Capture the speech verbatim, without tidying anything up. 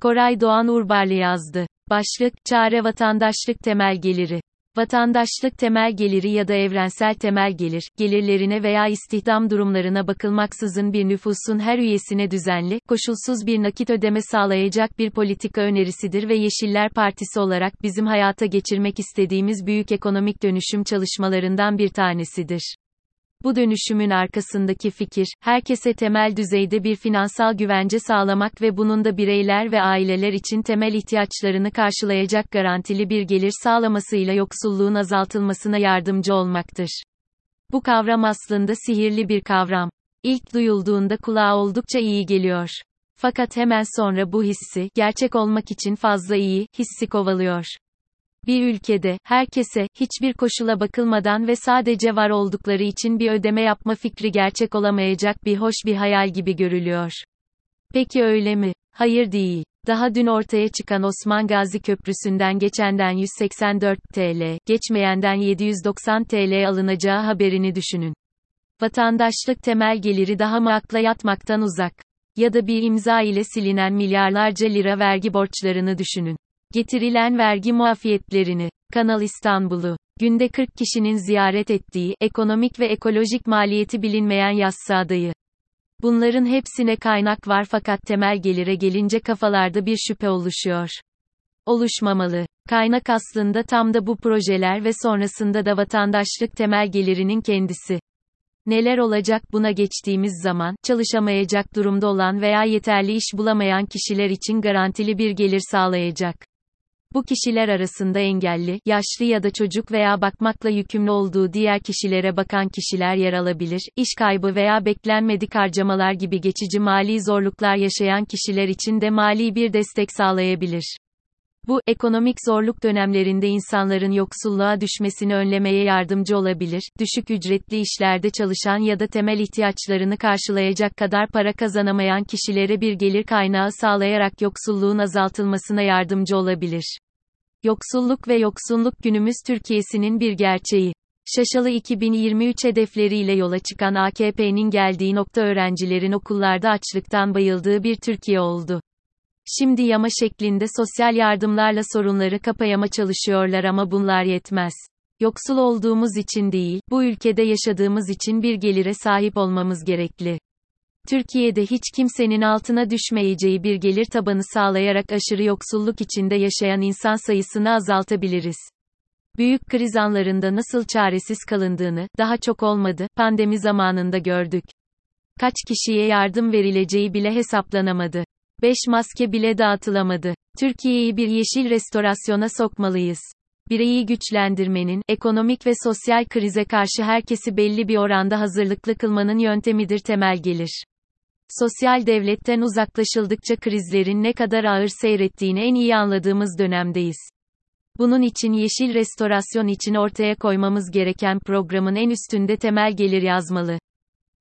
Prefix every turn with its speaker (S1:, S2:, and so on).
S1: Koray Doğan Urbarlı yazdı. Başlık, çare vatandaşlık temel geliri. Vatandaşlık temel geliri ya da evrensel temel gelir, gelirlerine veya istihdam durumlarına bakılmaksızın bir nüfusun her üyesine düzenli, koşulsuz bir nakit ödeme sağlayacak bir politika önerisidir ve Yeşiller Partisi olarak bizim hayata geçirmek istediğimiz büyük ekonomik dönüşüm çalışmalarından bir tanesidir. Bu dönüşümün arkasındaki fikir, herkese temel düzeyde bir finansal güvence sağlamak ve bunun da bireyler ve aileler için temel ihtiyaçlarını karşılayacak garantili bir gelir sağlamasıyla yoksulluğun azaltılmasına yardımcı olmaktır. Bu kavram aslında sihirli bir kavram. İlk duyulduğunda kulağa oldukça iyi geliyor. Fakat hemen sonra bu hissi, gerçek olmak için fazla iyi, hissi kovalıyor. Bir ülkede, herkese, hiçbir koşula bakılmadan ve sadece var oldukları için bir ödeme yapma fikri gerçek olamayacak bir hoş bir hayal gibi görülüyor. Peki öyle mi? Hayır değil. Daha dün ortaya çıkan Osman Gazi Köprüsü'nden geçenden yüz seksen dört TL, geçmeyenden yedi yüz doksan TL alınacağı haberini düşünün. Vatandaşlık temel geliri daha mı akla yatmaktan uzak? Ya da bir imza ile silinen milyarlarca lira vergi borçlarını düşünün. Getirilen vergi muafiyetlerini, Kanal İstanbul'u, günde kırk kişinin ziyaret ettiği, ekonomik ve ekolojik maliyeti bilinmeyen Yassıada'yı. Bunların hepsine kaynak var fakat temel gelire gelince kafalarda bir şüphe oluşuyor. Oluşmamalı. Kaynak aslında tam da bu projeler ve sonrasında da vatandaşlık temel gelirinin kendisi. Neler olacak buna geçtiğimiz zaman, çalışamayacak durumda olan veya yeterli iş bulamayan kişiler için garantili bir gelir sağlayacak. Bu kişiler arasında engelli, yaşlı ya da çocuk veya bakmakla yükümlü olduğu diğer kişilere bakan kişiler yer alabilir, iş kaybı veya beklenmedik harcamalar gibi geçici mali zorluklar yaşayan kişiler için de mali bir destek sağlayabilir. Bu, ekonomik zorluk dönemlerinde insanların yoksulluğa düşmesini önlemeye yardımcı olabilir, düşük ücretli işlerde çalışan ya da temel ihtiyaçlarını karşılayacak kadar para kazanamayan kişilere bir gelir kaynağı sağlayarak yoksulluğun azaltılmasına yardımcı olabilir. Yoksulluk ve yoksulluk günümüz Türkiye'sinin bir gerçeği. Şaşalı iki bin yirmi üç hedefleriyle yola çıkan A K P'nin geldiği nokta öğrencilerin okullarda açlıktan bayıldığı bir Türkiye oldu. Şimdi yama şeklinde sosyal yardımlarla sorunları kapayama çalışıyorlar ama bunlar yetmez. Yoksul olduğumuz için değil, bu ülkede yaşadığımız için bir gelire sahip olmamız gerekli. Türkiye'de hiç kimsenin altına düşmeyeceği bir gelir tabanı sağlayarak aşırı yoksulluk içinde yaşayan insan sayısını azaltabiliriz. Büyük kriz anlarında nasıl çaresiz kalındığını, daha çok olmadı, pandemi zamanında gördük. Kaç kişiye yardım verileceği bile hesaplanamadı. beş maske bile dağıtılamadı. Türkiye'yi bir yeşil restorasyona sokmalıyız. Bireyi güçlendirmenin, ekonomik ve sosyal krize karşı herkesi belli bir oranda hazırlıklı kılmanın yöntemidir temel gelir. Sosyal devletten uzaklaşıldıkça krizlerin ne kadar ağır seyrettiğini en iyi anladığımız dönemdeyiz. Bunun için yeşil restorasyon için ortaya koymamız gereken programın en üstünde temel gelir yazmalı.